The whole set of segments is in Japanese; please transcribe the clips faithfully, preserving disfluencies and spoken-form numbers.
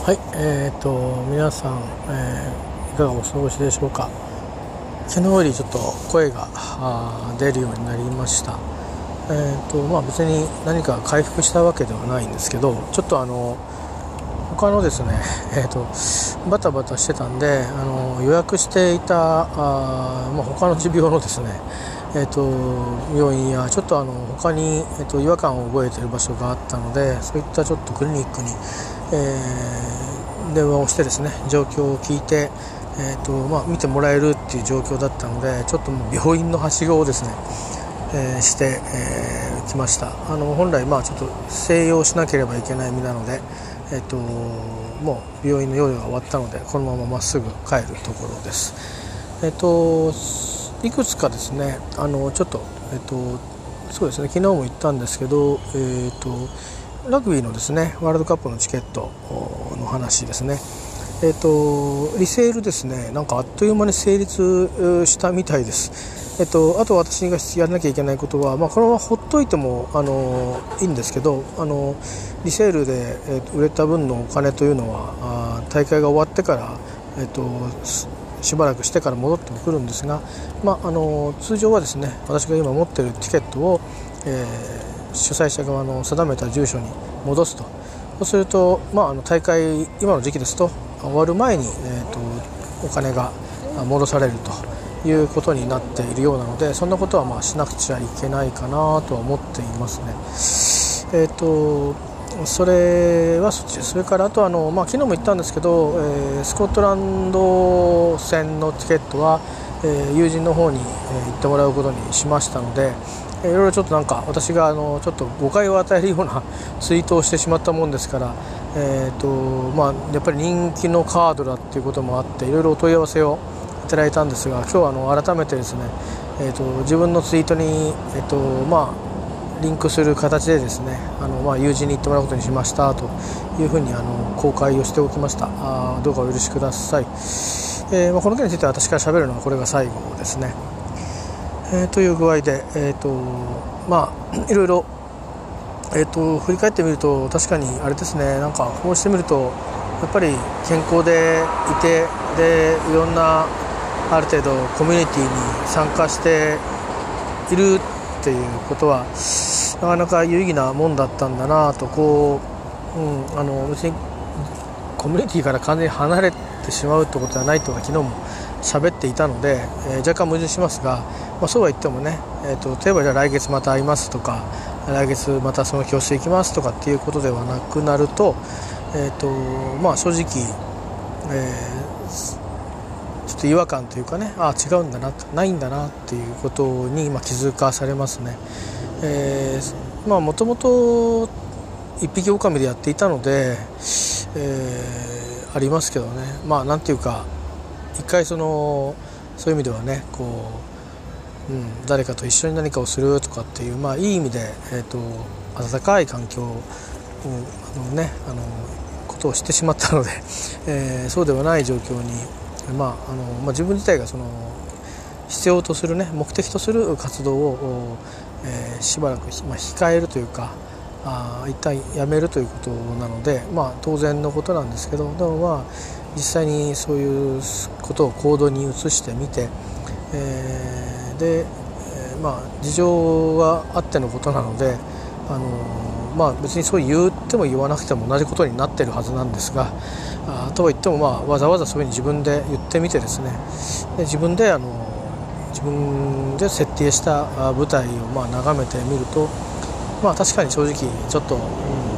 はい、えーと皆さん、えーいかがお過ごしでしょうか。昨日よりちょっと声が出るようになりました。えーとまあ、別に何か回復したわけではないんですけど、ちょっとあの他のですね、えーとバタバタしてたんで、あの予約していたあ、まあ、他の持病のですね、えーと病院やちょっとあの他に、えーと違和感を覚えている場所があったので、そういったちょっとクリニックに、えー、電話をしてですね、状況を聞いて、えーとまあ、見てもらえるっていう状況だったので、ちょっともう病院のはしごをですね、えー、して、えー、きました。あの本来まあちょっと静養しなければいけない身なので、えーともう病院の用意が終わったので、このまままっすぐ帰るところです。えーといくつかですね、あのちょっと、えーとそうですね、昨日も言ったんですけど、えーとラグビーのですね、ワールドカップのチケットの話ですね。えーとリセールですね、なんかあっという間に成立したみたいです。えーとあと私がやらなきゃいけないことは、まあ、このままほっといてもあのいいんですけど、あのリセールで、えーと売れた分のお金というのはあ大会が終わってから、えーとしばらくしてから戻ってくるんですが、まあ、あの通常はですね、私が今持っているチケットを、えー主催者側の定めた住所に戻すと。そうすると、まあ、あの大会今の時期ですと終わる前に、えー、とお金が戻されるということになっているようなので、そんなことはまあしなくちゃいけないかなとは思っていますね。えー、とそれはそっちです。それからあとあの、まあ、昨日も言ったんですけど、えー、スコットランド戦のチケットは、えー、友人の方に、えー、行ってもらうことにしましたので、いろいろちょっとなんか私があのちょっと誤解を与えるようなツイートをしてしまったもんですから、えーとまあ、やっぱり人気のカードだっていうこともあって、いろいろお問い合わせをいただいたんですが、今日はあの改めてですね、えーと自分のツイートに、えーとまあ、リンクする形でですね、あの、まあ、友人に言ってもらうことにしましたというふうにあの公開をしておきました。あどうかお許しください。えーまあ、この件については私から喋るのはこれが最後ですね。えー、という具合で、えーとまあ、いろいろ、えーと振り返ってみると、確かにあれですね、なんかこうしてみるとやっぱり健康でいて、でいろんなある程度コミュニティに参加しているっていうことはなかなか有意義なもんだったんだなと、こう、うん、あの別にコミュニティから完全に離れてしまうってことはないとか昨日も喋っていたので、えー、若干矛盾しますが、まあ、そうは言ってもね、えーと、例えばじゃあ来月また会いますとか、来月またその教室行きますとかっていうことではなくなると、えーとまあ、正直、えー、ちょっと違和感というかね、ああ違うんだな、ないんだなっていうことに今気づかされますね。えー、まあもともと一匹狼でやっていたので、えー、ありますけどね、まあなんていうか一回そのそういう意味ではね、こう、うん、誰かと一緒に何かをするとかっていう、まあいい意味で、えーと、温かい環境を、あのね、あのことをしてしまったので、えー、そうではない状況に、まああのまあ、自分自体がその必要とするね、目的とする活動を、えー、しばらく、まあ、控えるというか、あ一旦やめるということなので、まあ当然のことなんですけど、でもまあ実際にそういうことを行動に移してみて、えー、で、えー、まあ事情があってのことなので、あのー、まあ別にそう言っても言わなくても同じことになっているはずなんですが、あとは言ってもまあわざわざそういうふうに自分で言ってみてですね、で自分であの自分で設定した舞台をまあ眺めてみると、まあ確かに正直ちょっと、うん、あ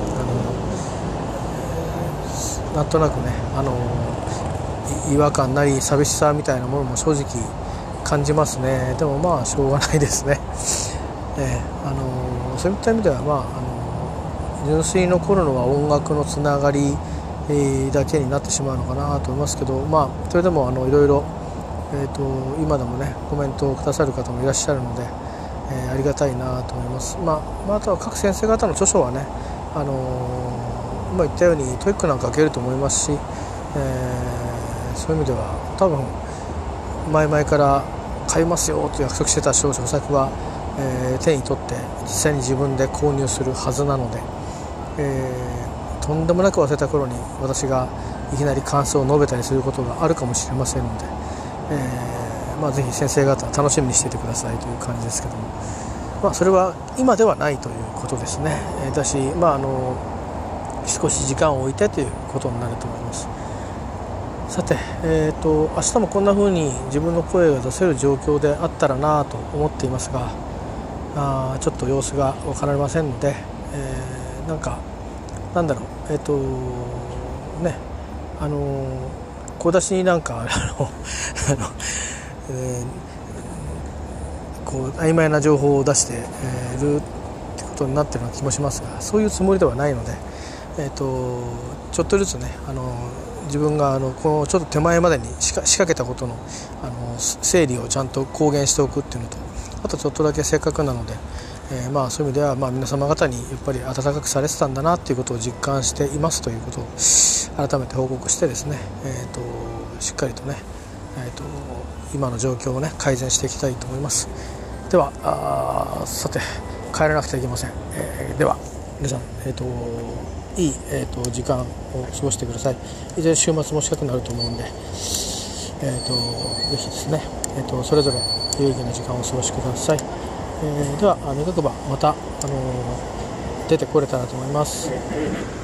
のなんとなくね、あの違和感なり寂しさみたいなものも正直感じますね。でもまあしょうがないですね。えー、あのそういった意味では、まあ、あの純粋に残るのは音楽のつながりだけになってしまうのかなと思いますけど、まあそれでもあのいろいろ、えーと、今でもねコメントをくださる方もいらっしゃるので、えー、ありがたいなと思います。まあ、まあ、あとは各先生方の著書はね、あのー、今言ったようにトイックなんか受けると思いますし、えー、そういう意味では多分前々から買いますよと約束してた書作は、えー、手に取って実際に自分で購入するはずなので、えとんでもなく忘れた頃に私がいきなり感想を述べたりすることがあるかもしれませんので、えーまあ、ぜひ先生方楽しみにしていてくださいという感じですけども、まあ、それは今ではないということですね。えー、だし、まあ、あの少し時間を置いてということになると思います。さて、えーと、明日もこんな風に自分の声が出せる状況であったらなと思っていますが、あちょっと様子が分かられませんので、えー、なんかなんだろうえっ、ー、とねあの小出しになんかあのあの、えー、こう曖昧な情報を出して、えー、るってことになっているような気もしますが、そういうつもりではないので、えーと、ちょっとずつねあの自分があのこのちょっと手前までに仕掛けたことの、あの整理をちゃんと公言しておくっていうのと、あとちょっとだけせっかくなので、えー、まあそういう意味ではまあ皆様方にやっぱり温かくされてたんだなということを実感していますということを改めて報告してですね、えー、としっかりとね、えー、と今の状況をね改善していきたいと思います。ではあさて帰らなくてはいけません。えー、では皆さん、えー、といい、えー、と時間を過ごしてください。いずれ週末も近くなると思うんで、えー、とぜひですね、えー、とそれぞれ有意義な時間をお過ごしください。えー、では願くばまた、あのー、出てこれたらと思います。